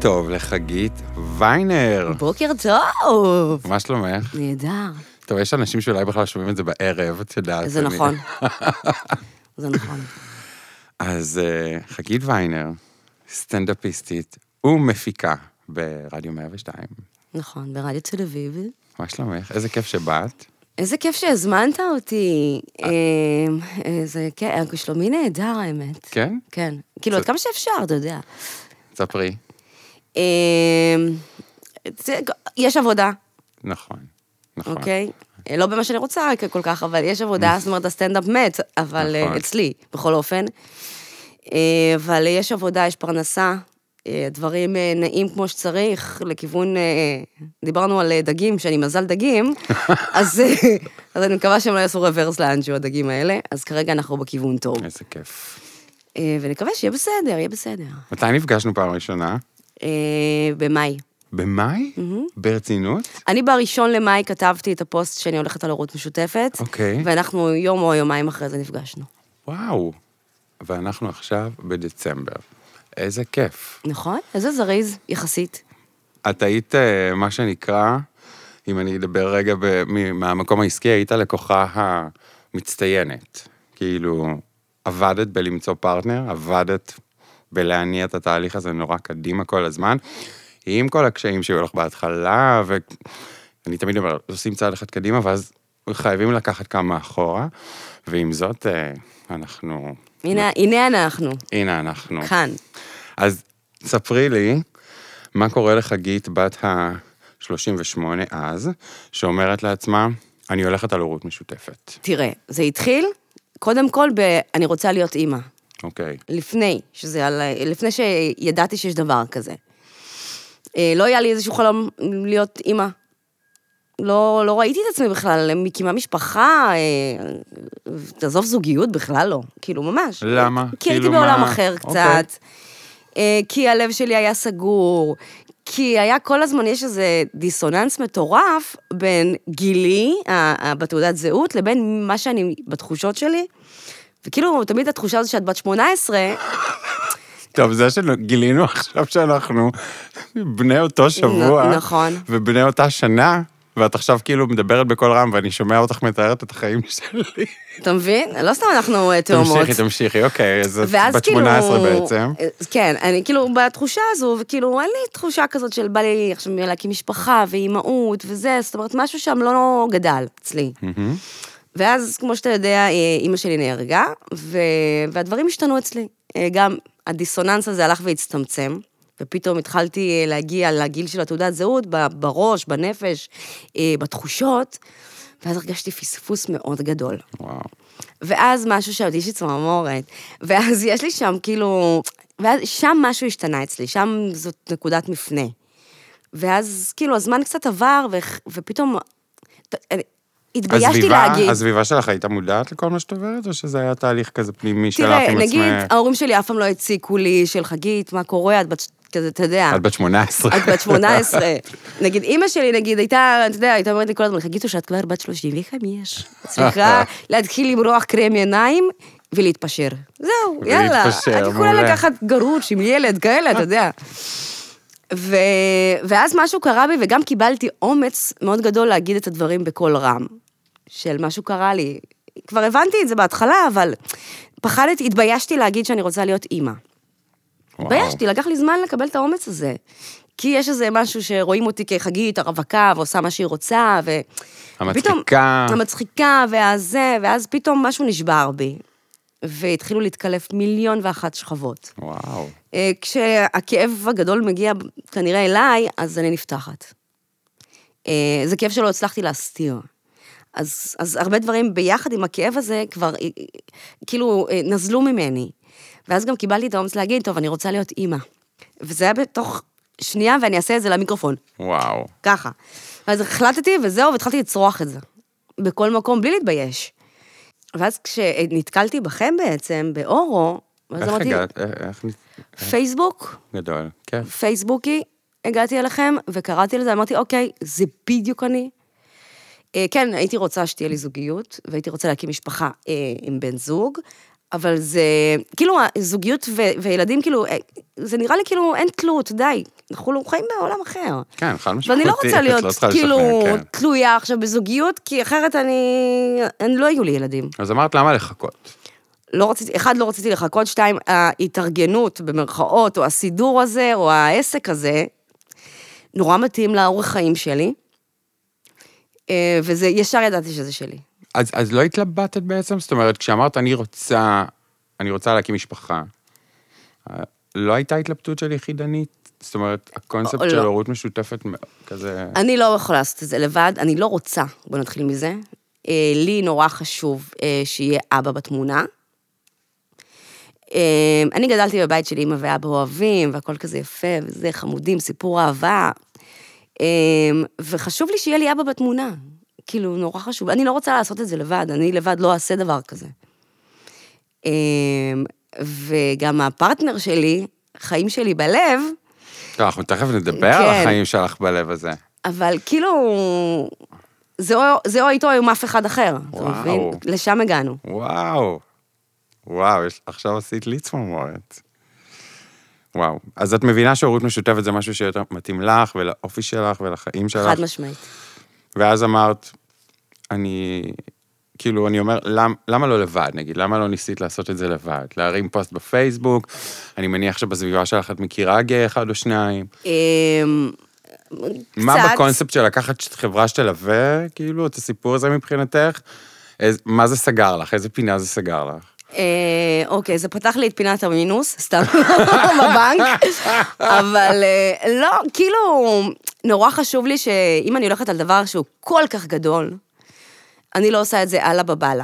טוב לחגית ויינר. בוקר טוב. מה שלומך? נהדר. טוב, יש אנשים שאולי בכלל שומעים את זה בערב, את יודעת. זה נכון. זה נכון. אז חגית ויינר, סטנדאפיסטית ומפיקה ברדיו 102. נכון, ברדיו תל אביב. מה שלומך? איזה כיף שבאת. איזה כיף שהזמנת אותי. זה שלומי נהדר, האמת. כן? כן. כאילו, עד כמה שאפשר, אתה יודע. ספרי. יש עבודה. נכון, נכון. אוקיי? לא במה שאני רוצה כל כך, אבל יש עבודה, זאת אומרת, הסטנדאפ מת, אבל אצלי, בכל אופן. אבל יש עבודה, יש פרנסה, דברים נעים כמו שצריך, לכיוון, דיברנו על דגים, שאני מזל דגים, אז אני מקווה שהם לא יעשו רוורס לאנג'ו, הדגים האלה, אז כרגע אנחנו בכיוון טוב. איזה כיף. ונקווה שיהיה בסדר, יהיה בסדר. מתי נפגשנו פעם ראשונה? במאי. במאי? ברצינות? אני בראשון למאי כתבתי את הפוסט שאני הולכת על הורות משותפת, אוקיי. ואנחנו יום או יומיים אחרי זה נפגשנו. וואו. ואנחנו עכשיו בדצמבר. איזה כיף. נכון? איזה זריז, יחסית. את היית, מה שנקרא, אם אני אדבר רגע מהמקום העסקי, היית לקוחה המצטיינת. כאילו, עבדת בלמצוא פרטנר, עבדת בלהניע את התהליך הזה נורא קדימה כל הזמן, עם כל הקשיים שהיו לך בהתחלה, ואני תמיד אומר, עושים צעד אחד קדימה, ואז חייבים לקחת כמה אחורה, ועם זאת, אנחנו... הנה אנחנו. הנה אנחנו. כאן. אז ספרי לי, מה קורה לחגית בת ה-38 אז, שאומרת לעצמה, אני הולכת על הורות משותפת. תראה, זה התחיל, קודם כל, אני רוצה להיות אימא. אוקיי. לפני שידעתי שיש דבר כזה. לא היה לי איזשהו חלום להיות אימא. לא ראיתי את עצמי בכלל, מקימה משפחה, תעזוב זוגיות בכלל לא, כאילו ממש. למה? כי הייתי בעולם אחר קצת, כי הלב שלי היה סגור, כי היה כל הזמן, יש איזה דיסוננס מטורף בין גילי, בתעודת זהות, לבין מה שאני בתחושות שלי, וכאילו תמיד התחושה הזו שאת בת 18, טוב, זה שגילינו עכשיו שאנחנו בני אותו שבוע, נכון. ובני אותה שנה, ואת עכשיו כאילו מדברת בקול רם, ואני שומע אותך מתארת את החיים שלי. אתה מבין? לא סתם אנחנו תאומות. תמשיכי, אוקיי, אז את בת כאילו, 18 בעצם. כן, אני כאילו בתחושה הזו, וכאילו אין לי תחושה כזאת של בא לי עכשיו להקים משפחה, ואימהות, וזה, זאת אומרת, משהו שם לא גדל אצלי. ואז, כמו שאתה יודע, אמא שלי נהרגה, והדברים השתנו אצלי. גם הדיסוננס הזה הלך והצטמצם, ופתאום התחלתי להגיע לגיל של התעודת זהות, בראש, בנפש, בתחושות, ואז הרגשתי פספוס מאוד גדול. וואו. ואז משהו שאותי שצמרמורת, ואז יש לי שם כאילו, ואז שם משהו השתנה אצלי, שם זאת נקודת מפנה. ואז כאילו הזמן קצת עבר, ופתאום התביישתי להגיד. הסביבה שלך הייתה מודעת לכל מה שאת עוברת, או שזה היה תהליך כזה פנימי שלך עם עצמך? תראה, נגיד, ההורים שלי אף פעם לא הציקו לי של חגית, מה קורה, את בת, כזה, אתה יודע. את בת 18. את בת 18. נגיד, אמא שלי, נגיד, הייתה, אתה יודע, הייתה אומרת לי כל הזמן, חגיתו שאת כבר בת 35. צריכה להתחיל למרוח קרם עיניים ולהתפשר. זהו, יאללה. את יכולה לקחת גרוש עם ילד, כאלה, אתה יודע. ואז משהו קרה בי, וגם קיבלתי אומץ מאוד גדול להגיד את הדברים בקול רם, של משהו קרה לי. כבר הבנתי את זה בהתחלה, אבל פחדתי, התביישתי להגיד שאני רוצה להיות אימא. התביישתי, לקח לי זמן לקבל את האומץ הזה. כי יש איזה משהו שרואים אותי כחגית, הרווקה, ועושה מה שהיא רוצה, המצחיקה, ואז פתאום משהו נשבר בי. והתחילו להתקלף 1,000,001 שכבות. וואו. כשהכאב הגדול מגיע כנראה אליי, אז אני נפתחת. זה כאב שלא הצלחתי להסתיר. אז הרבה דברים ביחד עם הכאב הזה כבר כאילו נזלו ממני. ואז גם קיבלתי את האומץ להגיד, טוב, אני רוצה להיות אימא. וזה היה בתוך שנייה, ואני אעשה את זה למיקרופון. וואו. ככה. אז החלטתי, וזהו, והתחלתי לצרוח את זה. בכל מקום, בלי להתבייש. ואז כשנתקלתי בכם בעצם, באורו, אז אמרתי, פייסבוק, גדול, כן. פייסבוקי, הגעתי אליכם, וקראתי לזה, אמרתי, אוקיי, זה בדיוק אני. כן, הייתי רוצה שתהיה לי זוגיות, והייתי רוצה להקים משפחה עם בן זוג, אבל זה, כאילו, זוגיות וילדים, כאילו, זה נראה לי כאילו אין תלות, די. אנחנו חיים בעולם אחר. כן, חד משמעית. ואני לא רוצה להיות, כאילו, תלויה עכשיו בזוגיות, כי אחרת לא היו לי ילדים. אז אמרת, למה לחכות? לא רציתי לחכות, 2, ההתארגנות במרכאות, או הסידור הזה, או העסק הזה, נורא מתאים לאורך חיים שלי, וזה, ישר ידעתי שזה שלי. אז לא התלבטת בעצם? זאת אומרת, כשאמרת, אני רוצה להקים משפחה, לא הייתה התלבטות של יחידנית? זאת אומרת, הקונספט של הורות משותפת כזה... אני לא יכולה לעשות את זה לבד, אני לא רוצה, בוא נתחיל מזה. לי נורא חשוב שיהיה אבא בתמונה. אני גדלתי בבית של אמא ואבא אוהבים, והכל כזה יפה, וזה חמודים, סיפור אהבה. וחשוב לי שיהיה לי אבא בתמונה. כאילו, נורא חשוב. אני לא רוצה לעשות את זה לבד, אני לבד לא אעשה דבר כזה. וגם הפרטנר שלי, חיים שלי בלב... טוב, אנחנו תכף נדבר על החיים שלך בלב הזה. אבל כאילו, זה או איתו או עם אף אחד אחר. וואו. לשם הגענו. וואו, עכשיו עשית לי צמרמורת. וואו. אז את מבינה שהורות משותפת זה משהו שיותר מתאים לך ולאופי שלך ולחיים שלך? חד משמעית. ואז אמרת, אני אומר, למה לא לבד, נגיד? למה לא ניסית לעשות את זה לבד? להרים פוסט בפייסבוק, אני מניח שבסביבה שלך את מכירה גאה אחד או שניים. מה בקונספט של לקחת חברה שתלווה, כאילו, את הסיפור הזה מבחינתך? מה זה סגר לך? איזה פינה זה סגר לך? אוקיי, זה פתח לי את פינת המינוס, סתם בבנק, אבל לא, כאילו, נורא חשוב לי שאם אני הולכת על דבר שהוא כל כך גדול, אני לא עושה את זה הלאה בבעלה.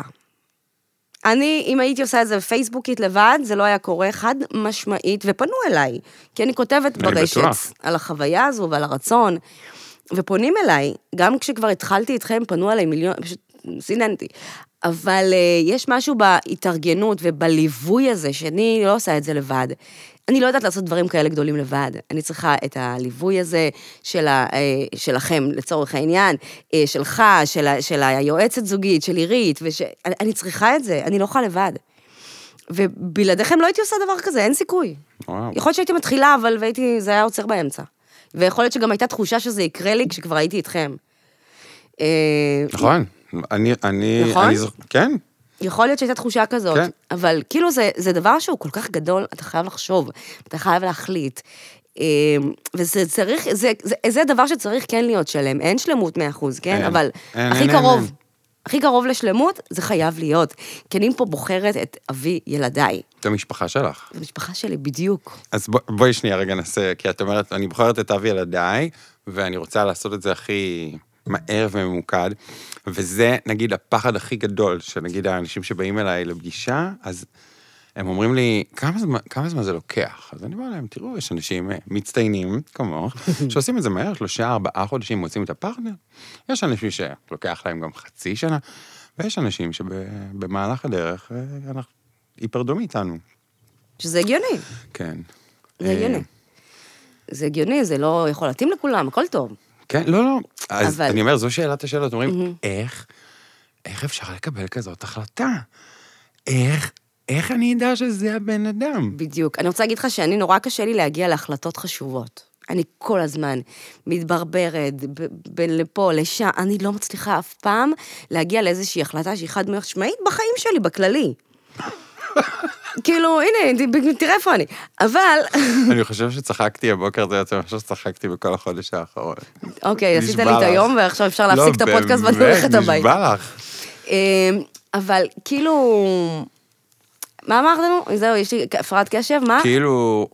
אם הייתי עושה את זה בפייסבוקית לבד, זה לא היה קורה חד משמעית, ופנו אליי, כי אני כותבת ברשת על החוויה הזו ועל הרצון, ופונים אליי, גם כשכבר התחלתי איתכם, פנו אליי מיליון, פשוט סיננתי, אבל יש משהו בהתארגנות ובליווי הזה, שאני לא עושה את זה לבד. אני לא יודעת לעשות דברים כאלה גדולים לבד. אני צריכה את הליווי הזה שלכם, לצורך העניין, שלך, של היועצת זוגית, של עירית, אני צריכה את זה, אני לא יכולה לבד. ובלעדיכם לא הייתי עושה דבר כזה, אין סיכוי. וואו. יכול להיות שהייתי מתחילה, אבל זה היה עוצר באמצע. ויכול להיות שגם הייתה תחושה שזה יקרה לי כשכבר הייתי איתכם. נכון. נכון? כן. יכול להיות שהייתה תחושה כזאת, כן. אבל כאילו זה דבר שהוא כל כך גדול, אתה חייב לחשוב, אתה חייב להחליט, וזה צריך, זה דבר שצריך כן להיות שלם, אין שלמות 100%, כן? אבל הכי קרוב לשלמות, זה חייב להיות, כי אני פה בוחרת את אבי ילדיי. את המשפחה שלך. את המשפחה שלי, בדיוק. אז בואי שנייה רגע נעשה, כי את אומרת, אני בוחרת את אבי ילדיי, ואני רוצה לעשות את זה הכי מהר וממוקד, וזה, נגיד, הפחד הכי גדול, שנגיד, האנשים שבאים אליי לפגישה, אז הם אומרים לי, כמה זמן זה לוקח? אז אני אומר להם, תראו, יש אנשים מצטיינים, כמוך, שעושים את זה מהר, 3-4 חודשים מוצאים את הפרטנר, יש אנשים שלוקח להם גם חצי שנה, ויש אנשים שבמהלך הדרך, ייפרדו מאיתנו. שזה הגיוני. כן. זה הגיוני. זה הגיוני, זה לא יכול להתאים לכולם, הכל טוב. כן, לא. אז אני אומר, זו שאלת השאלות, אומרים, איך אפשר לקבל כזאת החלטה? איך אני יודע שזה הבן אדם? בדיוק. אני רוצה להגיד לך שאני נורא קשה לי להגיע להחלטות חשובות. אני כל הזמן מתברברת, בין לפה, לשם, אני לא מצליחה אף פעם להגיע לאיזושהי החלטה שהיא חד משמעית בחיים שלי, בכללי. כאילו, הנה, תראה איפה אני. אבל... אני חושב שצחקתי הבוקר, זה יוצא משהו שצחקקתי בכל החודש האחרון. אוקיי, עשית לי את היום, ועכשיו אפשר להפסיק את הפודקאסט ואני הולכת הבית. נשבע לך. אבל כאילו... מה אמרת לנו? זהו, יש לי הפרעת קשב, מה? כאילו,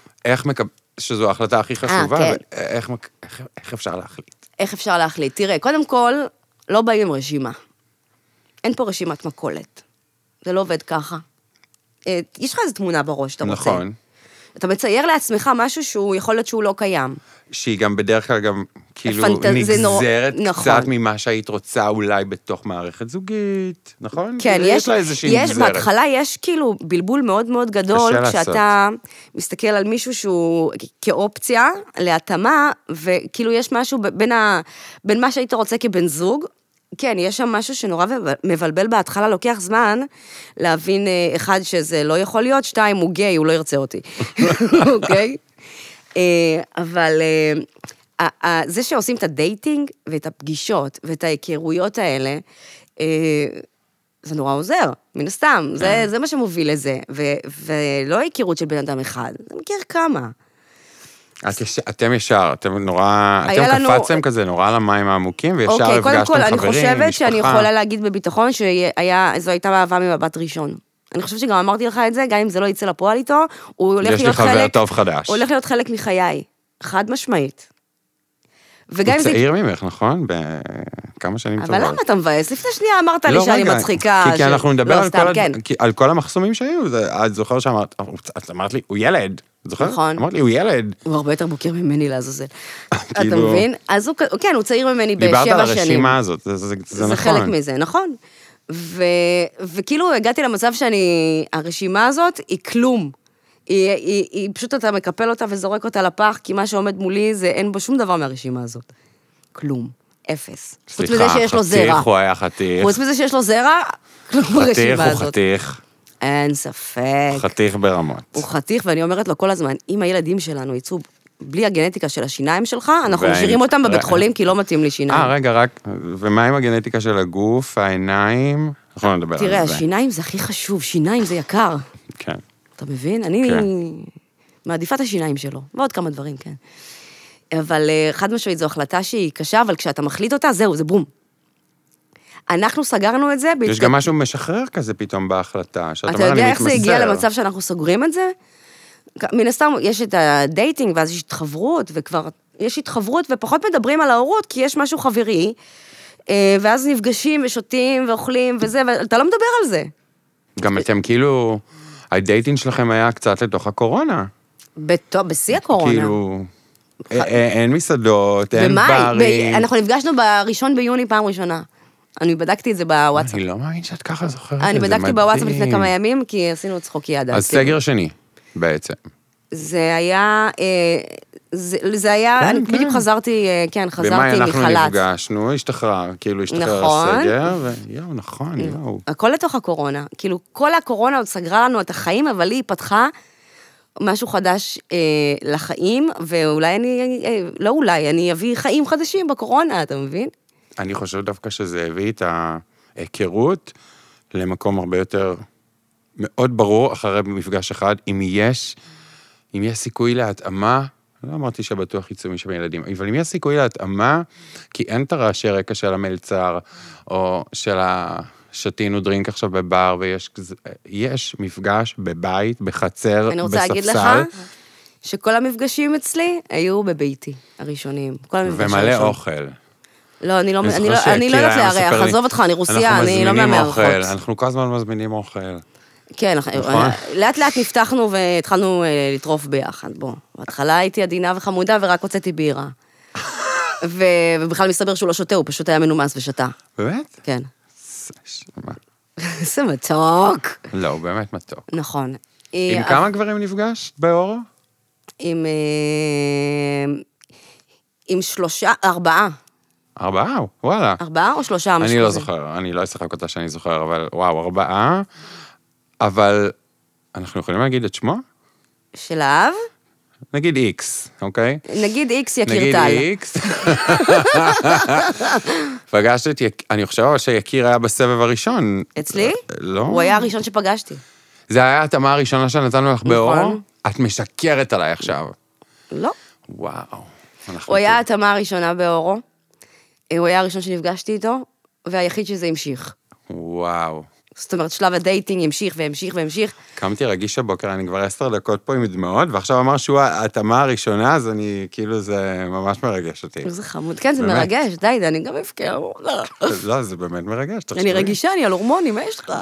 שזו ההחלטה הכי חשובה, איך אפשר להחליט? איך אפשר להחליט? תראה, קודם כל, לא באים עם רשימה. אין פה רשימת מכולת. זה לא עובד ככה. יש לך איזו תמונה בראש, אתה רוצה. נכון. אתה מצייר לעצמך משהו שהוא יכול להיות שהוא לא קיים. שהיא גם בדרך כלל גם כאילו נגזרת קצת ממה שהיית רוצה אולי בתוך מערכת זוגית, נכון? כן, יש, בהתחלה יש כאילו בלבול מאוד מאוד גדול, כשאתה מסתכל על מישהו שהוא כאופציה להתאמה, וכאילו יש משהו בין מה שהיית רוצה כבן זוג, כן, יש שם משהו שנורא מבלבל בהתחלה, לוקח זמן להבין, אחד, שזה לא יכול להיות, שתיים, הוא גיי, הוא לא ירצה אותי. אוקיי? אבל זה שעושים את הדייטינג ואת הפגישות ואת ההיכרויות האלה, זה נורא עוזר, מן הסתם, זה מה שמוביל לזה, ולא היכרות של בן אדם אחד, זה מכיר כמה. אתם ישר, אתם קפצתם כזה נורא על המים העמוקים, וישר אוקיי, הפגשתם קודם כל, חברים, אני חושבת שאני משפחה. יכולה להגיד בביטחון שזו הייתה אהבה ממבט ראשון. אני חושבת שגם אמרתי לך את זה, גם אם זה לא יצא לפועל איתו, הוא הולך יש לי להיות חבר חלק, טוב חדש. הוא הולך להיות חלק מחיי, חד משמעית. הוא צעיר ממך, נכון? בכמה שנים טובות. אבל למה אתה מבאס? לפני שנייה אמרת לי שאני מצחיקה. כי אנחנו נדבר כן. על כל המחסומים שהיו, את זוכר שאמרת, את אמרת לי, הוא ילד. זוכר? נכון. אמרת לי, הוא ילד. הוא הרבה יותר בוקר ממני לעזאזל. אתה מבין? אז הוא, כן, הוא צעיר ממני ב7 שנים. דיברת על הרשימה הזאת, זה נכון. זה חלק מזה, נכון. וכאילו הגעתי למצב הרשימה הזאת היא כלום. היא פשוט אתה מקפל אותה וזורק אותה לפח, כי מה שעומד מולי זה אין בו שום דבר מהרשימה הזאת. כלום. אפס. חוץ מזה שיש לו זרע. חתיך, הוא היה חתיך. חוץ מזה שיש לו זרע, כלום ברשימה הזאת. חתיך. אין ספק. חתיך ברמות. הוא חתיך, ואני אומרת לו כל הזמן, אם הילדים שלנו יצאו בלי הגנטיקה של השיניים שלך, אנחנו משאירים אותם בבית חולים, כי לא מתאים לי שיניים. רגע, רק, ומה עם הגנטיקה של הגוף, העיניים? אנחנו לא נדבר על זה. תראה, השיניים זה הכי חשוב, שיניים זה יקר. כן. אתה מבין? אני מעדיפה את השיניים שלו, ועוד כמה דברים, כן. אבל חד משמעית, זו החלטה שהיא קשה, אבל כשאתה מחליט אותה, זהו, זה בום. אנחנו סגרנו את זה. יש גם משהו משחרר כזה פתאום בהחלטה, אתה יודע איך זה הגיע למצב שאנחנו סוגרים את זה? מן הסתם, יש את הדייטינג, ואז יש התחברות, וכבר יש התחברות, ופחות מדברים על ההורות, כי יש משהו חברי, ואז נפגשים ושותים ואוכלים וזה, ואתה לא מדבר על זה. גם אתם כאילו, הדייטינג שלכם היה קצת לתוך הקורונה. בשיא הקורונה. כאילו, אין מסעדות, אין ברים. אנחנו נפגשנו ב1 ביוני פעם ראשונה. אני בדקתי את זה בוואטסאפ. אני לא מאמין שאת ככה זוכרת את זה, אני בדקתי בוואטסאפ לפני כמה ימים, כי עשינו צחוקי עד. אז סגר שני, בעצם. זה היה, אני בדיוק חזרתי מחל"ת. במאי אנחנו נפגשנו, השתחרר הסגר, ויואו, נכון, יואו. הכל לתוך הקורונה. כאילו, כל הקורונה עוד סגרה לנו את החיים, אבל היא פתחה משהו חדש לחיים, ואולי אני אביא חיים חדשים בקורונה, אתה מבין? אני חושב דווקא שזה הביא את ההיכרות למקום הרבה יותר מאוד ברור, אחרי מפגש אחד, אם יש סיכוי להתאמה, לא אמרתי שבטוח יצאו משם ילדים, אבל אם יש סיכוי להתאמה, כי אין את הרעשי רקע של המלצר, או של שתינו דרינק עכשיו בבר, ויש מפגש בבית, בחצר, בספסל. אני רוצה להגיד לך שכל המפגשים אצלי היו בביתי, הראשונים. ומלא אוכל. לא, אני לא יודעת להריח, עזוב אותך, אני רוסיה, אני לא מהמערכות. אנחנו כל הזמן מזמינים אוכל. כן, לאט לאט נפתחנו והתחלנו לטרוף ביחד, בוא. בהתחלה הייתי עדינה וחמודה ורק הוצאתי בירה. ובכלל מסתבר שהוא לא שותה, הוא פשוט היה מנומס ושתה. באמת? כן. זה מתוק. לא, הוא באמת מתוק. נכון. עם כמה גברים נפגשת באורו? עם 4. 4? וואלה. 4 או 3? אני לא זוכר, אני לא אשחק אותה שאני זוכר, אבל וואו, 4. אבל אנחנו יכולים להגיד את שמו? של האב? נגיד X, אוקיי? נגיד X יקיר טל. נגיד X. פגשת את, אני חושב שיקיר היה בסבב הראשון. אצלי? לא. הוא היה הראשון שפגשתי. זה היה ההתאמה הראשונה שנתנו לך באור? את משקרת עליי עכשיו. לא. וואו. הוא היה ההתאמה הראשונה באורו. הוא היה הראשון שנפגשתי איתו, והיחיד שזה המשיך. וואו. זאת אומרת, שלב הדייטינג המשיך והמשיך והמשיך. קמתי רגיש הבוקר, אני כבר 10 דקות פה עם דמעות, ועכשיו אמר שהוא ההתאמה הראשונה, אז אני, כאילו, זה ממש מרגש אותי. זה חמוד. כן, זה מרגש, די, אני גם אבקר. לא, זה באמת מרגש. אני רגישה, אני על הורמונים, מה יש לך?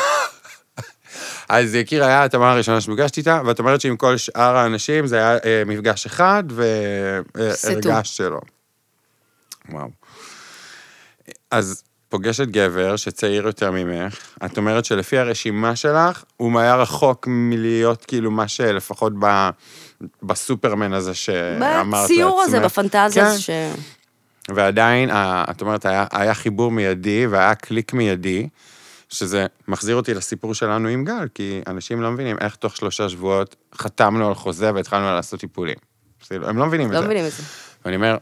אז יקיר היה ההתאמה הראשונה שמפגשתי איתה, ואת אומרת שעם כל שאר האנשים, זה היה מפגש אחד, והרגש שלו. וואו. אז פוגשת גבר שצעיר יותר ממך, את אומרת שלפי הרשימה שלך, הוא היה רחוק מלהיות כאילו מה שלפחות בסופרמן הזה שאמרת לעצמך. בציור הזה, בפנטזיה ש... ועדיין, את אומרת, היה חיבור מיידי, והיה קליק מיידי, שזה מחזיר אותי לסיפור שלנו עם גל, כי אנשים לא מבינים איך תוך 3 שבועות חתמנו על חוזה והתחלנו לעשות טיפולים. הם לא מבינים את זה. לא מבינים את זה. ואני אומר,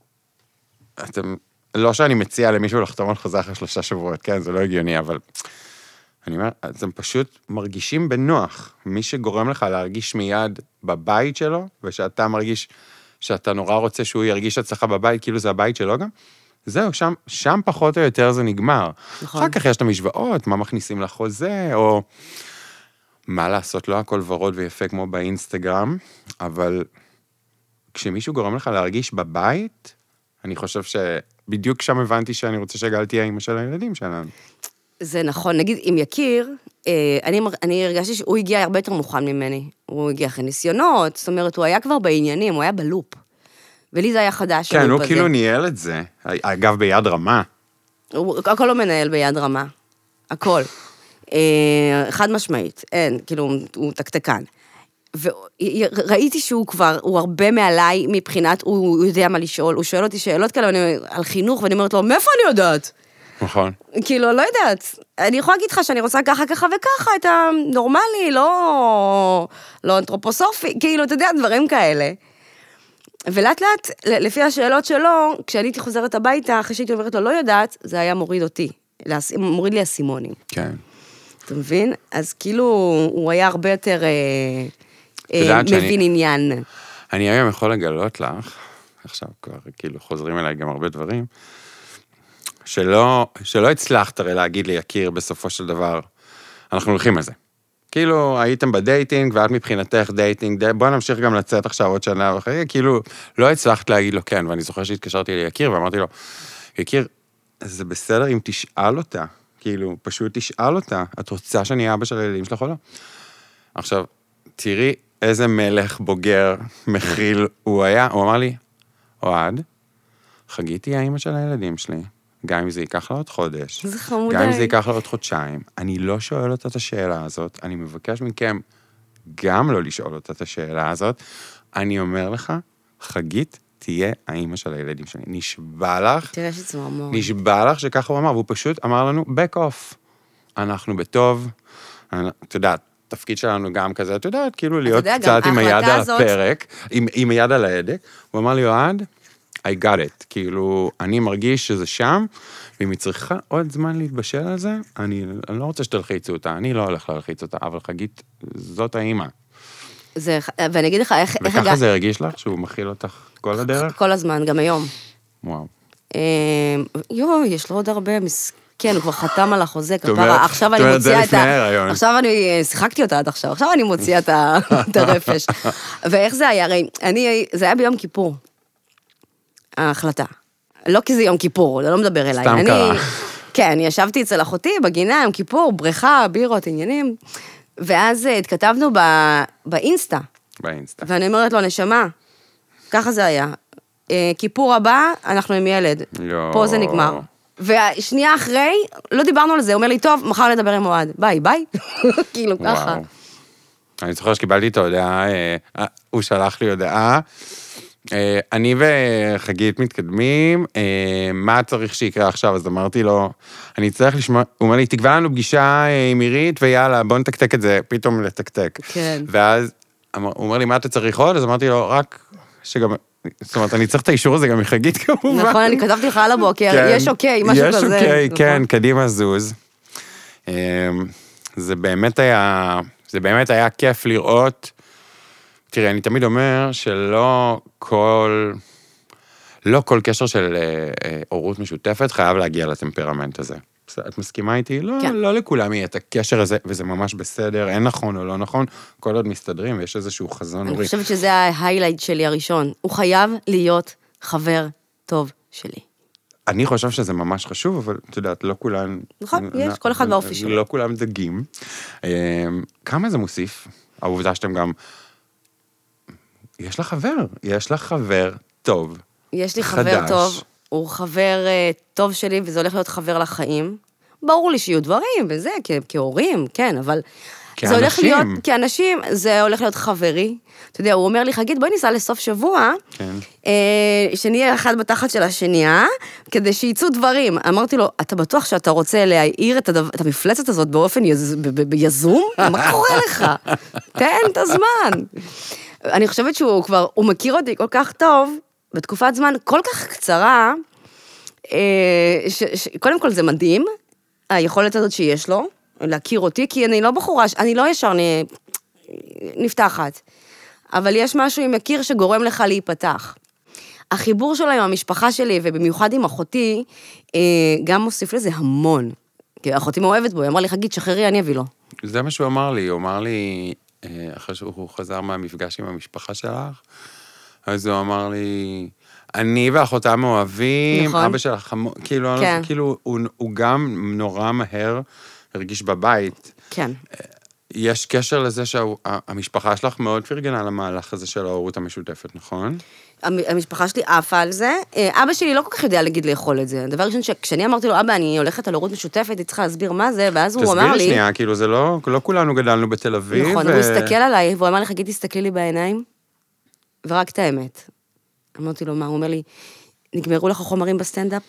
לא שאני מציע למישהו לחתום על חוזה אחרי 3 שבועות, כן, זה לא הגיוני, אבל אני אומר, אתם פשוט מרגישים בנוח. מי שגורם לך להרגיש מיד בבית שלו, ושאתה מרגיש שאתה נורא רוצה שהוא ירגיש אצלך בבית, כאילו זה הבית שלו גם, זהו, שם פחות או יותר זה נגמר. נכון. אחר כך יש את המשוואות, מה מכניסים לחוזה, או מה לעשות, לא הכל ורוד ויפה כמו באינסטגרם, אבל כשמישהו גורם לך להרגיש בבית, אני חושב שבדיוק שם הבנתי שאני רוצה שגל תהיה האמא של הילדים שלנו. זה נכון, נגיד, אם יכיר, אני הרגשתי שהוא הגיע הרבה יותר מוכן ממני. הוא הגיע אחרי ניסיונות, זאת אומרת, הוא היה כבר בעניינים, הוא היה בלופ. ולי זה היה חדש. כן, הוא כאילו ניהל את זה. אגב, ביד רמה. הכל לא מנהל ביד רמה. הכל. חד משמעית. אין, כאילו, הוא תקתקן. וראיתי שהוא כבר, הוא הרבה מעליי מבחינת, הוא יודע מה לשאול, הוא שואל אותי שאלות כאלה על חינוך, ואני אומרת לו, מאיפה אני יודעת? נכון. כאילו, לא יודעת. אני יכולה להגיד לך שאני רוצה ככה וככה, את הנורמלי, לא אנתרופוסופי, כאילו, אתה יודע, דברים כאלה. ולאט לאט, לפי השאלות שלו, כשאני הייתי חוזרת הביתה, אחרי שהייתי אומרת לו, לא יודעת, זה היה מוריד אותי. מוריד לי הסימונים. כן. אתה מבין? אז כאילו, הוא היה הרבה יותר מבין עניין. אני היום יכול לגלות לך, עכשיו כבר כאילו חוזרים אליי גם הרבה דברים, שלא הצלחת הרי להגיד לי, יקיר, בסופו של דבר, אנחנו הולכים על זה. כאילו, הייתם בדייטינג, ואת מבחינתך דייטינג, בוא נמשיך גם לצאת עכשיו עוד שנה ואחרי, כאילו, לא הצלחת להגיד לו כן, ואני זוכר שהתקשרתי ליקיר, ואמרתי לו, יקיר, זה בסדר אם תשאל אותה, כאילו, פשוט תשאל אותה, את רוצה שאני אהיה אבא של הילדים שלך או לא? עכשיו, תראי איזה מלך בוגר מכיל הוא היה, הוא אמר לי, אוהד, חגיתי האמא של הילדים שלי, גם אם זה ייקח לה עוד חודש, גם אם זה ייקח לה עוד חודשיים, אני לא שואל אותה את השאלה הזאת, אני מבקש מכם גם לא לשאול אותה את השאלה הזאת, אני אומר לך, חגית תהיה האמא של הילדים שלי, נשבע לך, תראה שצמרמור. נשבע לך שככה הוא אמר, והוא פשוט אמר לנו, back off, אנחנו בטוב, אתה יודעת, התפקיד שלנו גם כזה, אתה יודעת, כאילו להיות קצת עם היד על הפרק, עם היד על ההדק, הוא אמר לי, אוהד, I got it, כאילו, אני מרגיש שזה שם, ואם היא צריכה עוד זמן להתבשל על זה, אני לא רוצה שתלחיצו אותה, אני לא הולך להלחיץ אותה, אבל חגית, זאת האמא. ואני אגיד לך איך... וככה זה הרגיש לך, שהוא מכיל אותך כל הדרך? כל הזמן, גם היום. וואו. יש לו עוד הרבה כן, הוא כבר חתם על החוזה, כפרה, עכשיו אני מוציאה את עכשיו אני שיחקתי אותה עד עכשיו, עכשיו אני מוציאה את הרפש. ואיך זה היה? הרי, זה היה ביום כיפור. ההחלטה. לא כי זה יום כיפור, זה לא מדבר אליי. סתם קרה. כן, ישבתי אצל אחותי בגינה, יום כיפור, בריכה, בירות, עניינים, ואז התכתבנו באינסטה. באינסטה. ואני אומרת לו, נשמה, ככה זה היה. כיפור הבא, אנחנו עם ילד. פה זה נגמר. והשנייה אחרי, לא דיברנו על זה, הוא אומר לי, טוב, מחר נדבר עם אוהד. ביי, ביי. כאילו, ככה. אני זוכר שקיבלתי את ההודעה, הוא שלח לי הודעה, אני וחגית מתקדמים, מה צריך שיקרה עכשיו? אז אמרתי לו, אני צריך לשמוע, הוא אומר לי, תקבע לנו פגישה עם עירית, ויאללה, בוא נתקתק את זה, פתאום לתקתק. כן. ואז הוא אומר לי, מה אתה צריך עוד? אז אמרתי לו, רק שגם... זאת אומרת, אני צריך את האישור הזה גם מחגית כמובן. נכון, אני כתבתי לך על הבוקר, יש אוקיי, משהו כזה. יש אוקיי, כן, קדימה זוז. זה באמת היה כיף לראות, תראה, אני תמיד אומר שלא כל קשר של הורות משותפת חייב להגיע לטמפרמנט הזה. את מסכימה איתי? לא לכולם יהיה את הקשר הזה, וזה ממש בסדר, אין נכון או לא נכון, כל עוד מסתדרים, ויש איזשהו חזון הורי. אני חושבת שזה ההיילייט שלי הראשון. הוא חייב להיות חבר טוב שלי. אני חושב שזה ממש חשוב, אבל את יודעת, לא כולם... נכון, יש, כל אחד באופי שלו. לא כולם דגים. כמה זה מוסיף? העובדה שאתם גם... יש לך חבר טוב. יש לי חבר טוב. הוא חבר טוב שלי, וזה הולך להיות חבר לחיים. ברור לי שיהיו דברים, וזה, כהורים, כן, אבל זה הולך להיות, כאנשים, זה הולך להיות חברי. אתה יודע, הוא אומר לי, חגית, בואי ניסע לסוף שבוע, שנהיה אחד בתחת של השנייה, כדי שיצאו דברים. אמרתי לו, אתה בטוח שאתה רוצה להעיר את המפלצת הזאת באופן יזום? מה קורה לך? תן את הזמן. אני חושבת שהוא כבר, הוא מכיר אותי כל כך טוב, בתקופת זמן כל כך קצרה, קודם כל זה מדהים, היכולת הזאת שיש לו, להכיר אותי, כי אני לא בחורה, אני לא ישר נפתחת, אבל יש משהו עם מכיר שגורם לך להיפתח. החיבור שלו עם המשפחה שלי, ובמיוחד עם אחותי, גם מוסיף לזה המון, כי אחותי מאוהבת בו, היא אמרה לי, חגית, שחררי, אני אביא לו. זה מה שהוא אמר לי, אחרי שהוא חזר מהמפגש עם המשפחה שלך, אז הוא אמר לי, אני ואחותה מאוהבים, נכון. אבא שלך, כאילו, כן. כאילו הוא גם נורא מהר הרגיש בבית. כן. יש קשר לזה שהמשפחה שלך מאוד פרגנה למהלך הזה של ההורות המשותפת, נכון? המשפחה שלי עפה על זה. אבא שלי לא כל כך יודע להגיד לאכול את זה. דבר ראשון, כשאני אמרתי לו, אבא, אני הולכת על הורות משותפת, היא צריכה להסביר מה זה, ואז הוא אמר לי... תסביר שנייה, כאילו זה לא כולנו גדלנו בתל אביב. נכון, הוא הסתכל עליי, והוא אמר לי, חגית, תסתכלי לי בעיניים, ורק את האמת. אמרתי לו, מה? הוא אומר לי, נגמרו לך חומרים בסטנדאפ?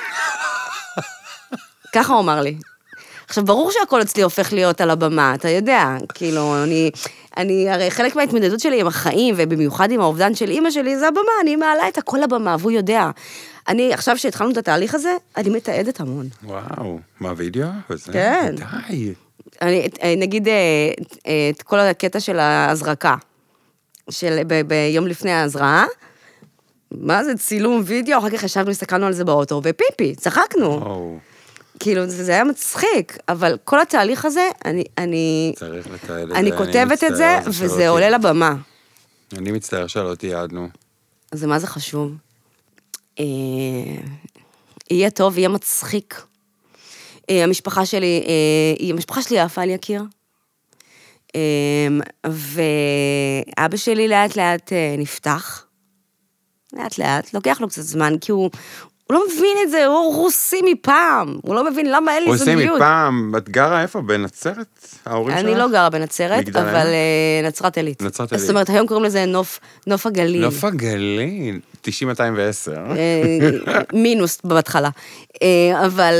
ככה הוא אמר לי. עכשיו, ברור שהכל אצלי הופך להיות על הבמה, אתה יודע, כאילו, אני הרי חלק מההתמודדות שלי עם החיים, ובמיוחד עם האובדן של אמא שלי, זה הבמה, אני מעלה את הכל לבמה, והוא יודע. אני, עכשיו שהתחלנו את התהליך הזה, אני מתעדת המון. וואו, מה וידאו? כן. די. נגיד, את כל הקטע של ההזרקה, ביום לפני ההזרעה, מה זה, צילום וידאו, אחר כך ישבנו, הסתכלנו על זה באוטו, ופיפי, צחקנו. כאילו, זה היה מצחיק, אבל כל התהליך הזה, אני כותבת את זה, וזה עולה לבמה. אני מצטער שלא תיעדנו. זה מה זה חשוב. יהיה טוב, יהיה מצחיק. המשפחה שלי יפה על יקיר. ואבא שלי לאט לאט נפתח. לאט לאט, לוקח לו קצת זמן, כי הוא לא מבין את זה, הוא רוסי מפעם, הוא לא מבין למה אין לי זוגיות. רוסי מפעם, את גרה איפה? בנצרת? ההורים שלך? אני לא גרה בנצרת, אבל נצרת עילית. נצרת עילית. זאת אומרת, היום קוראים לזה נוף הגליל. נוף הגליל, 90-210. מינוס בהתחלה. אבל,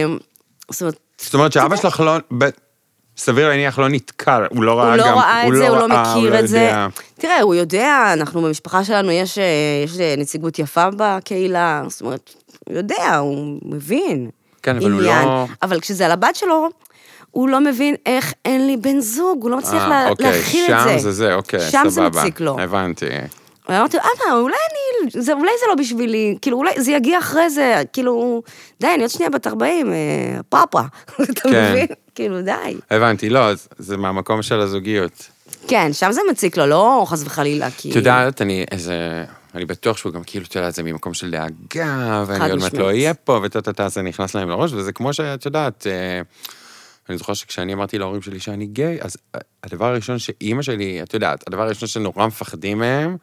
זאת אומרת שאבא שלך לא... סביר להניח לא נתקר, הוא לא ראה גם... הוא לא ראה את זה, הוא לא מכיר את זה. תראה, הוא יודע, אנחנו במשפחה שלנו, יש נציגות יפה בקהילה, זאת אומרת, הוא יודע, הוא מבין. כן, אבל הוא לא... אבל כשזה על הבת שלו, הוא לא מבין איך אין לי בן זוג, הוא לא מצליח להכיל את זה. שם זה זה, אוקיי, סבבה. שם זה מציק לו. הבנתי. ואמרתי, אולי זה לא בשבילי, כאילו, אולי זה יגיע אחרי זה, כאילו, די, אני עוד שנייה בת 40, פאפה, אתה מבין? כאילו, די. הבנתי, לא, זה מהמקום של הזוגיות. כן, שם זה מציק לו, לא חס וחלילה, כי... אתה יודעת, אני בטוח שהוא גם כאילו, אתה יודעת, זה ממקום של דאגה, ואני עוד מעט לא אהיה פה, זה נכנס להם לראש, וזה כמו שאת יודעת, אני זוכר שכשאני אמרתי להורים שלי שאני גיי, אז הדבר הראשון שאימא שלי, את יודעת, הדבר הראשון שנורא מפחדים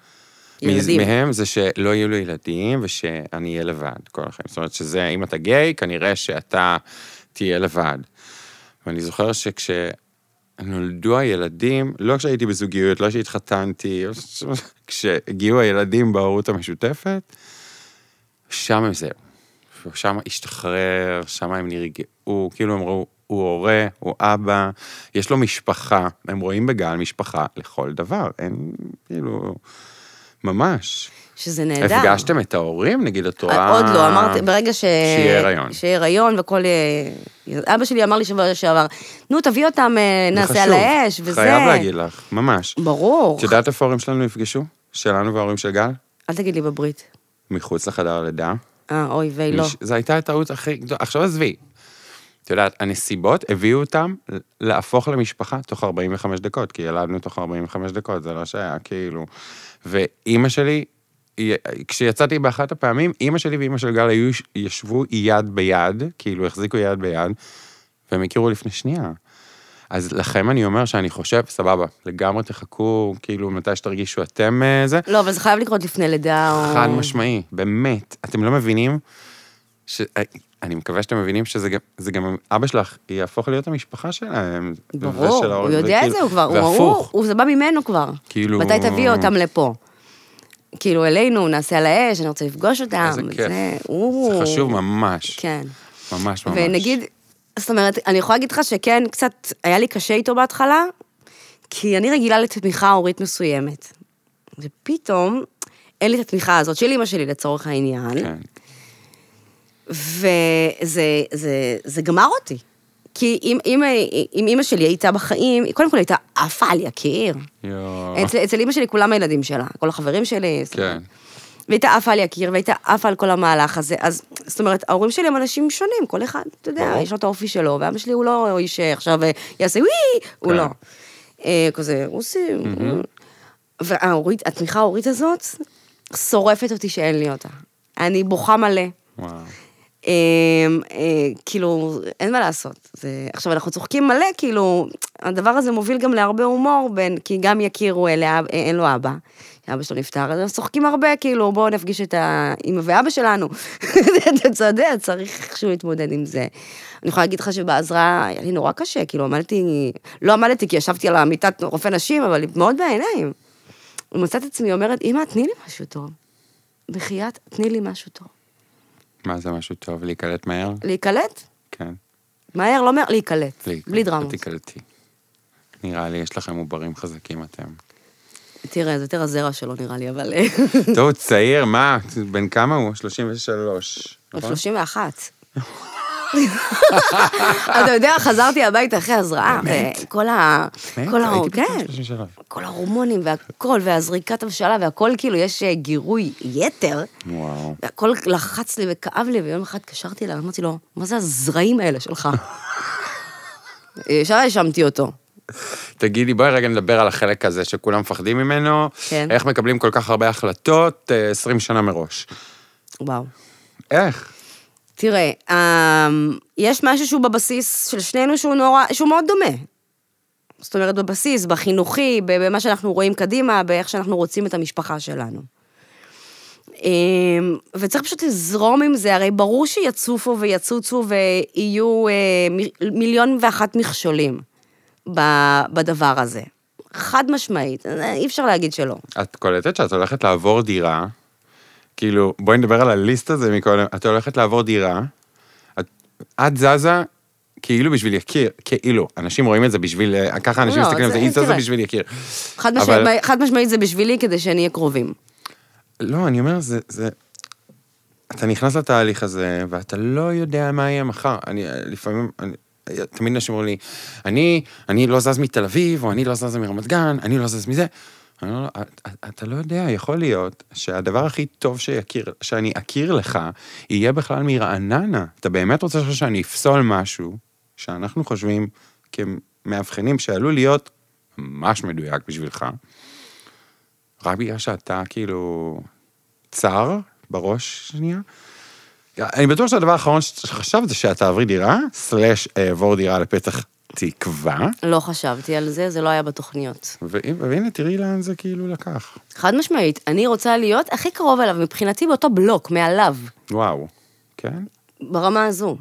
מהם זה שלא יהיו לו ילדים, ושאני אהיה לבד כל החיים. זאת אומרת שזה, אם אתה גיי, כנראה שאתה תהיה לבד. ואני זוכר שכשנולדו הילדים, לא כשהייתי בזוגיות, לא כשהתחתנתי, כשהגיעו הילדים בהורות המשותפת, שם הם זהו. שם השתחרר, שם הם נרגעו, כאילו אמרו, הוא הורה, הוא אבא, יש לו משפחה, הם רואים בגל משפחה לכל דבר, אין כאילו, ממש. שזה נהדר. הפגשתם את ההורים, נגיד את רואה... עוד לא, אמרתי, ברגע שיהיה הריון. שיהיה הריון וכל... אבא שלי אמר לי שבוע שעבר, נו, תביא אותם, נעשה על האש, וזה... חייב להגיד לך, ממש. ברור. את יודעת איפה ההורים שלנו יפגשו? שלנו וההורים של גל? אל תגיד לי בברית. מחוץ לחדר הלידה. אוי ויי, לא. זו הייתה הטעות הכי... עכשיו עזבי. את יודעת, הנסיבות הביאו אותם להפוך למשפחה תוך 45 דקות, כי ילדנו תוך 45 דקות, זה לא שהיה כאילו... ואימא שלי, כשיצאתי באחת הפעמים, אימא שלי ואימא של גל ישבו יד ביד, כאילו החזיקו יד ביד, והם הכירו לפני שנייה. אז לכם אני אומר שאני חושב, סבבה, לגמרי תחכו, כאילו מתי שתרגישו אתם זה. לא, אבל זה חייב לקרות לפני לידה או... חד משמעי, באמת. אתם לא מבינים אני מקווה שאתם מבינים שזה גם אבא שלך, יהפוך להיות המשפחה שלהם. ברור, הוא יודע את זה, הוא כבר, זה בא ממנו כבר. כאילו... מתי תביא אותם לפה? כאילו אלינו, נעשה על האש, אני רוצה לפגוש אותם. איזה כיף. זה חשוב ממש. כן. ממש ממש. ונגיד, זאת אומרת, אני יכולה להגיד לך שכן, קצת היה לי קשה איתו בהתחלה, כי אני רגילה לתמיכה הורית מסוימת. ופתאום, אין לי את התמיכה הזאת של אמא שלי לצורך העניין. כן. וזה גמר אותי. כי אם אמא שלי הייתה בחיים, קודם כל הייתה עפה על יקיר. אצל אמא שלי כולם הילדים שלה, כל החברים שלי. כן. והייתה עפה על יקיר, והייתה עפה על כל המהלך הזה. אז, זאת אומרת, ההורים שלי הם אנשים שונים, כל אחד, אתה יודע, יש לו את האופי שלו, ואבא שלי הוא לא איש שעכשיו יעשה וואי, הוא לא. כזה, רוסים. והתמיכה ההורית הזאת שורפת אותי שאין לי אותה. אני בוכה מלא. וואו. כאילו, אין מה לעשות. עכשיו, אנחנו צוחקים מלא, כאילו, הדבר הזה מוביל גם להרבה הומור, כי גם יכירו, אין לו אבא. אבא שלו נפטר, אז צוחקים הרבה, כאילו, בואו נפגיש את האמא ואבא שלנו. אתה יודע, צריך איכשהו להתמודד עם זה. אני יכולה להגיד לך שבעזרה, היה לי נורא קשה, כאילו, לא עמדתי כי ישבתי על המיטת רופא נשים, אבל מאוד בעיניים. ומצאת עצמי אומרת, אמא, תני לי משהו טוב. בחייאת, תני לי משהו טוב. מה זה משהו טוב? להיקלט מהר? להיקלט? כן. מהר, לא מהר, להיקלט. בלי דרמות. תיקלטי. נראה לי, יש לכם עוברים חזקים אתם. תראה, זה יותר הזרע שלו נראה לי, אבל... טוב, צעיר, מה? בן כמה הוא? 33. הוא 31. אתה יודע, חזרתי הביתה אחרי הזרעה, וכל כל ההורמונים והכל, והזריקת הבשלה והכל, כאילו, יש גירוי יתר. וואו. והכל לחץ לי וכאב לי, ויום אחד קשרתי אליו, אמרתי לו, מה זה הזרעים האלה שלך? ישר האשמתי אותו. תגידי, בואי רגע נדבר על החלק הזה שכולם מפחדים ממנו, כן. איך מקבלים כל כך הרבה החלטות 20 שנה מראש. וואו. איך? תראה, יש משהו שהוא בבסיס של שנינו שהוא מאוד דומה. זאת אומרת, בבסיס, בחינוכי, במה שאנחנו רואים קדימה, באיך שאנחנו רוצים את המשפחה שלנו. וצריך פשוט לזרום עם זה, הרי ברור שיצופו ויצוצו ויהיו 1,000,001 מכשולים בדבר הזה. חד משמעית, אי אפשר להגיד שלא. את קולטת שאת הולכת לעבור דירה, כאילו, בואי נדבר על הליסט הזה מקודם, את הולכת לעבור דירה, את זזה, כאילו בשביל יקיר, כאילו, אנשים רואים את זה בשביל, ככה אנשים מסתכלים על זה, היא זזה בשביל יקיר. חד משמעית זה בשבילי כדי שנהיה קרובים. לא, אני אומר, אתה נכנס לתהליך הזה, ואתה לא יודע מה יהיה מחר. לפעמים, תמיד נשים אומרים לי, אני לא זז מתל אביב, או אני לא זז מרמת גן, אני לא זז מזה. אתה לא יודע, יכול להיות שהדבר הכי טוב שאני אכיר לך, יהיה בכלל מרעננה. אתה באמת רוצה שאני אפסול משהו, שאנחנו חושבים כמאבחנים, שעלול להיות ממש מדויק בשבילך, רק בגלל שאתה כאילו צר בראש שנייה. אני בטוח שהדבר האחרון שחשבת זה שאתה עברי דירה, /עבור דירה לפתח תקווה. לא חשבתי על זה, זה לא היה בתוכניות. והנה, תראי לאן זה כאילו לקח. חד משמעית, אני רוצה להיות הכי קרוב אליו, מבחינתי באותו בלוק, מעליו. וואו, כן? ברמה הזו.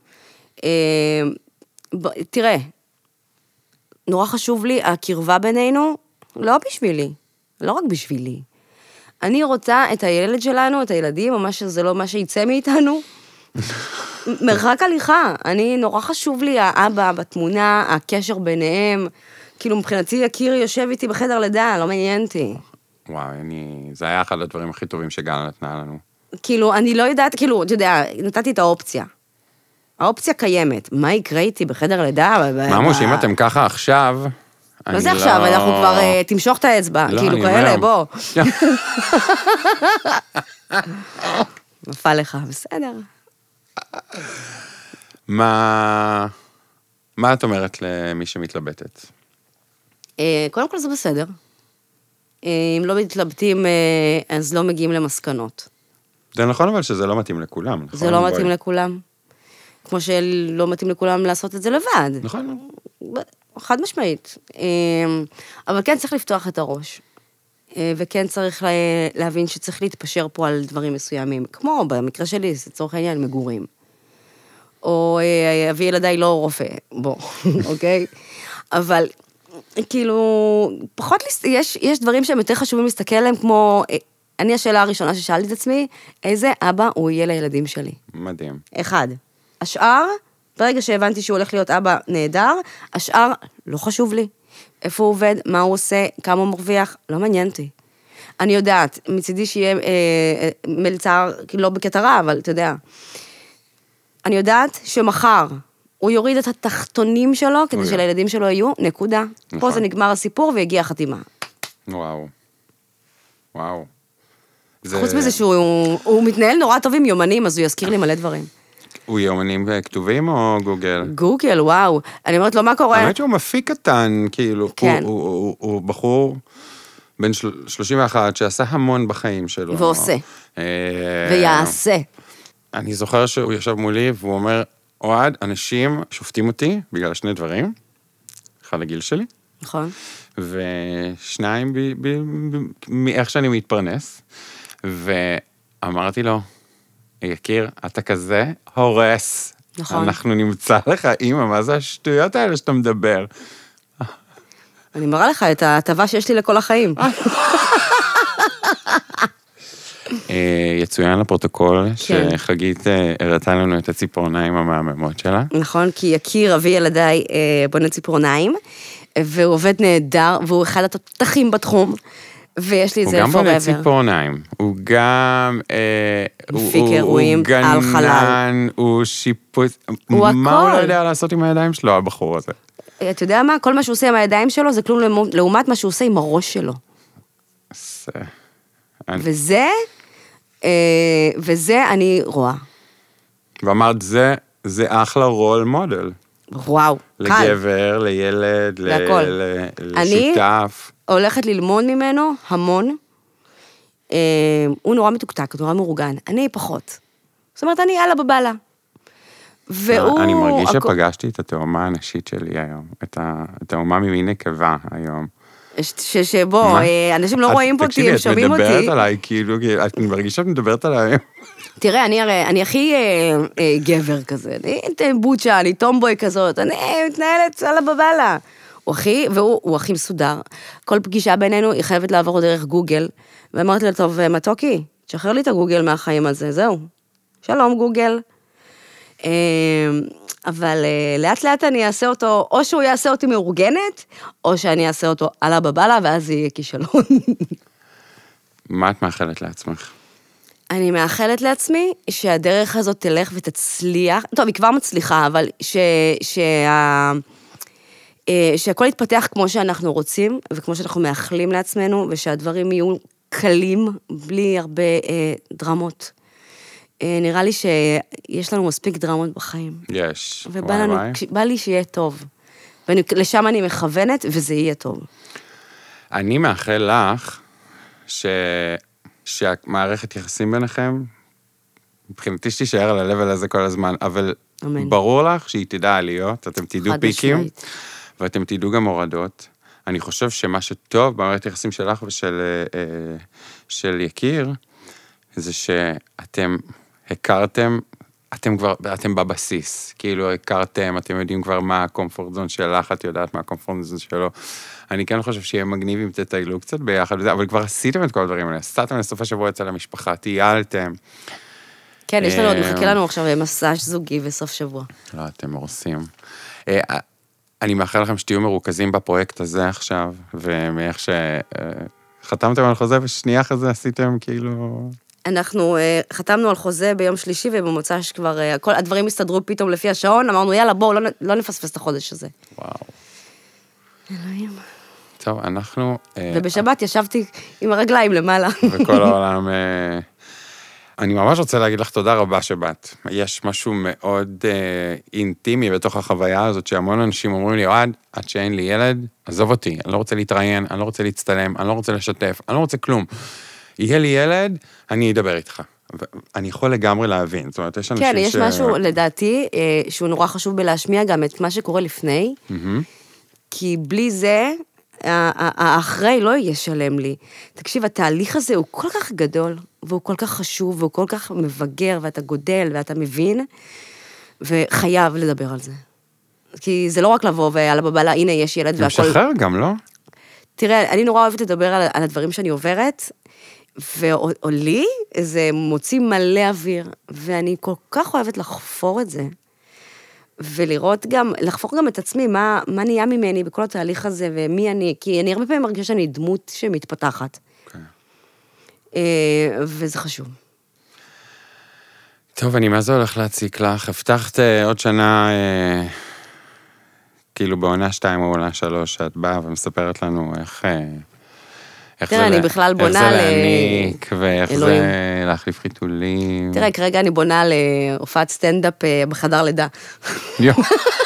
תראה, נורא חשוב לי, הקרבה בינינו, לא בשבילי, לא רק בשבילי. אני רוצה את הילד שלנו, את הילדים, או מה שזה לא מה שיצא מאיתנו, מרחק הליכה. נורא חשוב לי האבא בתמונה, הקשר ביניהם, כאילו מבחינתי יקיר יושב איתי בחדר לידה, לא מעניין אותי. וואו, זה היה אחד הדברים הכי טובים שגל נתנה לנו. כאילו, אני לא יודעת, כאילו, אתה יודע, נתתי את האופציה. האופציה קיימת. מה יקרה איתי בחדר לידה? ממוש, אם אתם ככה עכשיו... מה זה עכשיו? אנחנו כבר תמשוך את האצבע, כאילו כאלה, בוא. נפל לך, בסדר. מה את אומרת למי שמתלבטת? קודם כל זה בסדר. אם לא מתלבטים, אז לא מגיעים למסקנות. זה נכון אבל שזה לא מתאים לכולם. זה לא מתאים לכולם. כמו שלא מתאים לכולם לעשות את זה לבד. נכון. חד משמעית. אבל כן צריך לפתוח את הראש. וכן צריך להבין שצריך להתפשר פה על דברים מסוימים, כמו במקרה שלי, זה צורך העניין מגורים. או אבי ילדיי לא רופא, בוא, אוקיי? אבל כאילו, פחות, יש דברים שהם יותר חשובים להסתכל עליהם, כמו, אני השאלה הראשונה ששאלתי את עצמי, איזה אבא הוא יהיה לילדים שלי? מדהים. אחד. השאר, ברגע שהבנתי שהוא הולך להיות אבא נהדר, השאר לא חשוב לי. איפה הוא עובד, מה הוא עושה, כמה הוא מרוויח, לא מעניין אותי. אני יודעת, מצידי שיהיה מלצר, לא בקטע רע, אבל אתה יודע. אני יודעת שמחר הוא יוריד את התחתונים שלו, כדי שלילדים שלו יהיו, נקודה. נכון. פה זה נגמר הסיפור והגיע החתימה. וואו. וואו. חוץ מזה שהוא מתנהל נורא טוב עם יומנים, אז הוא יזכיר לי מלא דברים. הוא יומנים כתובים או גוגל? גוגל, וואו. אני אומרת לו, מה קורה? האמת שהוא מפיק קטן, כאילו, כן. הוא בחור בן 31 שעשה המון בחיים שלו. ועושה. ויעשה. אני זוכר שהוא ישב מולי והוא אומר, אוהד, אנשים שופטים אותי בגלל שני דברים, אחד לגיל שלי. נכון. ושניים מאיך שאני מתפרנס. ואמרתי לו, יקיר, אתה כזה הורס. נכון. אנחנו נמצא לך, אמא, מה זה השטויות האלה שאתה מדבר? אני מראה לך את ההטבה שיש לי לכל החיים. יצוין לפרוטוקול שחגית הראתה לנו את הציפורניים המהממות שלה. נכון, כי יקיר אבי ילדיי בונה ציפורניים, והוא עובד נהדר, והוא אחד התותחים בתחום, ויש לי את זה forever. הוא גם בונה ציפורניים, הוא גם... מפיק אירועים על חלל. הוא גנן, הוא שיפוץ... הוא מה הכל. הוא לא יודע לעשות עם הידיים שלו, הבחור הזה? אתה יודע מה? כל מה שהוא עושה עם הידיים שלו, זה כלום לעומת מה שהוא עושה עם הראש שלו. וזה אני רואה. ואמרת, זה אחלה רול מודל. וואו, קל. לגבר, לילד, לשותף. אני הולכת ללמוד ממנו המון. הוא נורא מתוקתק, הוא נורא מאורגן. אני פחות. זאת אומרת, אני יאללה בבאללה. אני מרגיש שפגשתי את התאומה הנשית שלי היום. את התאומה ממין נקבה היום. שבוא, אנשים לא רואים פה כי הם שומעים אותי. תקשיבי, את מדברת עליי, כאילו, את מרגישה שאת מדברת עליי. תראה, אני הכי גבר כזה, אני בוצ'ה, אני טומבוי כזאת, אני מתנהלת על הבבלה. והוא הכי מסודר. כל פגישה בינינו היא חייבת לעבור דרך גוגל, ואמרתי לה, טוב, מתוקי, תשחרר לי את הגוגל מהחיים הזה, זהו. שלום, גוגל. אבל לאט לאט אני אעשה אותו, או שהוא יעשה אותי מאורגנת, או שאני אעשה אותו על הבבלה, ואז יהיה כישלון. מה את מאחלת לעצמך? אני מאחלת לעצמי שהדרך הזאת תלך ותצליח, טוב, היא כבר מצליחה, אבל שהכל יתפתח כמו שאנחנו רוצים, וכמו שאנחנו מאחלים לעצמנו, ושהדברים יהיו קלים, בלי הרבה דרמות. נראה לי שיש לנו מספיק דרמות בחיים. יש. ובא לי שיהיה טוב. ולשם אני מכוונת, וזה יהיה טוב. אני מאחל לך שהמערכת יחסים ביניכם, מבחינתי שתישאר על הלבל הזה כל הזמן, אבל ברור לך שהיא תדע עליות, אתם תדעו פיקים, ואתם תדעו גם הורדות. אני חושב שמה שטוב במערכת יחסים שלך ושל יקיר, זה שאתם הכרתם, אתם בבסיס, כאילו הכרתם, אתם יודעים כבר מה הקומפורט זון שלך, את יודעת מה הקומפורט זון שלו. אני כן חושב שיהיה מגניב אם תטיילו קצת ביחד, אבל כבר עשיתם את כל הדברים האלה, עשיתם לסוף השבוע אצל המשפחה, טיילתם. כן, יש לנו עוד, מחכה לנו עכשיו מסאז' זוגי בסוף שבוע. לא, אתם הורסים. אני מאחל לכם שתהיו מרוכזים בפרויקט הזה עכשיו, ומאיך שחתמתם על חוזה, ושנייה אחרי זה עשיתם כאילו... אנחנו חתמנו על חוזה ביום שלישי, ובמוצא שכבר, הדברים הסתדרו פתאום לפי השעון, אמרנו, יאללה, בואו, לא נפספס את החודש הזה. וואו. אלוהים. טוב, אנחנו... ובשבת ישבתי עם הרגליים למעלה. וכל העולם... אני ממש רוצה להגיד לך תודה רבה שבאת. יש משהו מאוד אינטימי בתוך החוויה הזאת, שהמון אנשים אומרים לי, אוהד, עד שאין לי ילד, עזוב אותי, אני לא רוצה להתראיין, אני לא רוצה להצטלם, אני לא רוצה לשתף, אני לא רוצה כלום. יהיה לי ילד, אני אדבר איתך. אני יכול לגמרי להבין. זאת אומרת, יש אנשים כן, יש משהו, לדעתי, שהוא נורא חשוב בלהשמיע גם את מה שקורה לפני, כי בלי זה, האחרי לא יהיה שלם לי. תקשיב, התהליך הזה הוא כל כך גדול, והוא כל כך חשוב, והוא כל כך מבגר, ואתה גודל, ואתה מבין, וחייב לדבר על זה. כי זה לא רק לבוא ועל הבבלה, הנה יש ילד והכל... משחרר גם, לא? תראה, אני נורא אוהבת לדבר על הדברים שאני עוברת, לי זה מוציא מלא אוויר, ואני כל כך אוהבת לחפור את זה, ולראות גם, לחפור גם את עצמי, מה נהיה ממני בכל התהליך הזה, ומי אני, כי אני הרבה פעמים מרגישה שאני דמות שמתפתחת. וזה חשוב. טוב, אני מה זה הולך להציק לך? הבטחת עוד שנה, כאילו בעונה 2 או עונה 3, שאת באה ומספרת לנו איך תראה, אני בכלל בונה איך זה להעניק, ואיך זה להחליף חיתולים. תראה, כרגע אני בונה להופעת סטנדאפ בחדר לידה. יו.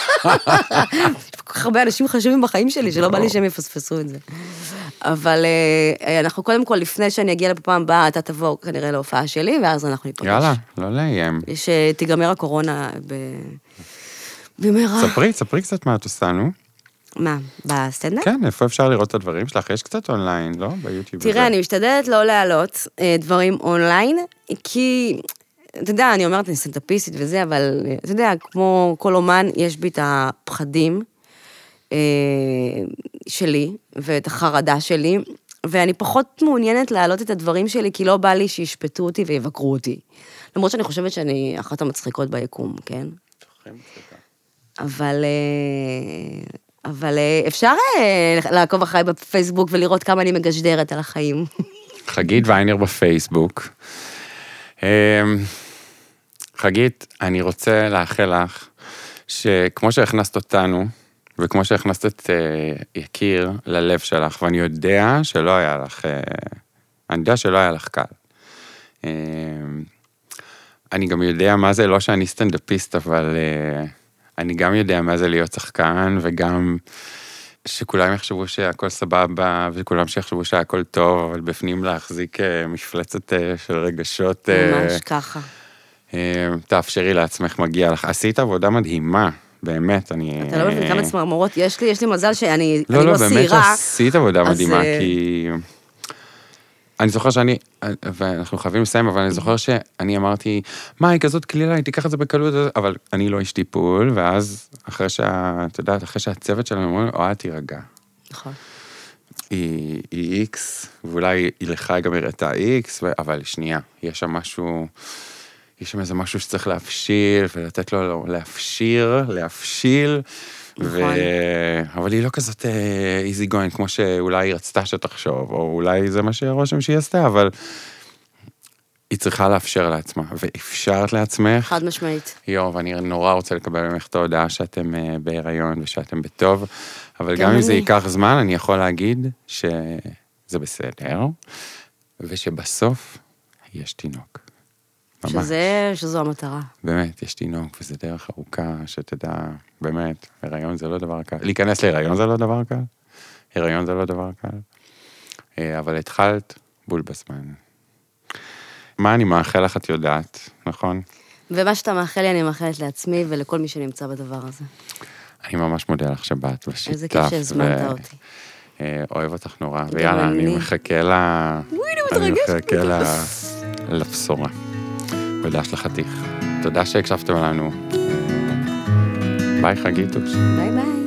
כל כך הרבה אנשים חשובים בחיים שלי, שלא בא לי שהם יפספסו את זה. אבל אנחנו קודם כל, לפני שאני אגיע לפעם הבאה, אתה תבוא כנראה להופעה שלי, ואז אנחנו ניפגש. יאללה, לא לאיים. שתיגמר הקורונה במהרה. ספרי קצת מה את עושה, נו. מה, בסטנדאפ? כן, איפה אפשר לראות את הדברים שלך? יש קצת אונליין, לא? ביוטיוב. תראה, אני משתדלת לא להעלות דברים אונליין, כי, אתה יודע, אני אומרת, אני סטנדאפיסטית וזה, אבל, אתה יודע, כמו כל אומן, יש בי את הפחדים שלי, ואת החרדה שלי, ואני פחות מעוניינת להעלות את הדברים שלי, כי לא בא לי שישפטו אותי ויבקרו אותי. למרות שאני חושבת שאני אחת המצחיקות ביקום, כן? אבל אפשר לעקוב אחריי בפייסבוק ולראות כמה אני מגשדרת על החיים. חגית ויינר בפייסבוק. חגית, אני רוצה לאחל לך שכמו שהכנסת אותנו, וכמו שהכנסת את יקיר ללב שלך, ואני יודע שלא היה לך, קל. אני גם יודע מה זה, לא שאני סטנדאפיסט, אבל אני גם יודע מה זה להיות שחקן, וגם שכולם יחשבו שהכל סבבה, וכולם שיחשבו שהכל טוב, אבל בפנים להחזיק מפלצת של רגשות. ממש ככה. תאפשרי לעצמך, מגיע לך. עשית עבודה מדהימה, באמת, אני... אתה לא מבין כמה צמרמורות יש לי מזל שאני לא לא, סירה. באמת עשית עבודה מדהימה, כי... אני זוכר שאני, ואנחנו חייבים לסיים, אבל אני זוכר שאני אמרתי, מה, היא כזאת כלילה, היא תיקח את זה בקלות, אבל אני לא איש טיפול, ואז אחרי שהצוות שלנו אומרים, תירגע. נכון. היא איקס, ואולי היא לך גם הראתה איקס, אבל שנייה, יש שם משהו, יש שם איזה משהו שצריך להפשיל, ולתת לו להפשיל, אבל היא לא כזאת איזי גוין, כמו שאולי היא רצתה שתחשוב, או אולי זה מה שרושם שהיא עשתה, אבל היא צריכה לאפשר לעצמה, ואפשרת לעצמך. חד משמעית. ואני נורא רוצה לקבל ממך את ההודעה שאתם בהיריון ושאתם בטוב, אבל גם אם זה ייקח זמן, אני יכול להגיד שזה בסדר, ושבסוף יש תינוק. שזו המטרה. באמת, יש תינוק, וזה דרך ארוכה, שתדע, באמת, הריון זה לא דבר קל. להיכנס להיריון זה לא דבר קל, הריון זה לא דבר קל, אבל התחלת בול בזמן. מה אני מאחל לך, את יודעת, נכון? ומה שאתה מאחל לי, אני מאחלת לעצמי ולכל מי שנמצא בדבר הזה. אני ממש מודה לך שבאת ושיתף. איזה כיף שהזמנת אותי. אוהב אותך נורא, ויאללה, אני מחכה לבשורה. ודש לחתיך. תודה שהקשבתם לנו. ביי חגיתוש. ביי ביי.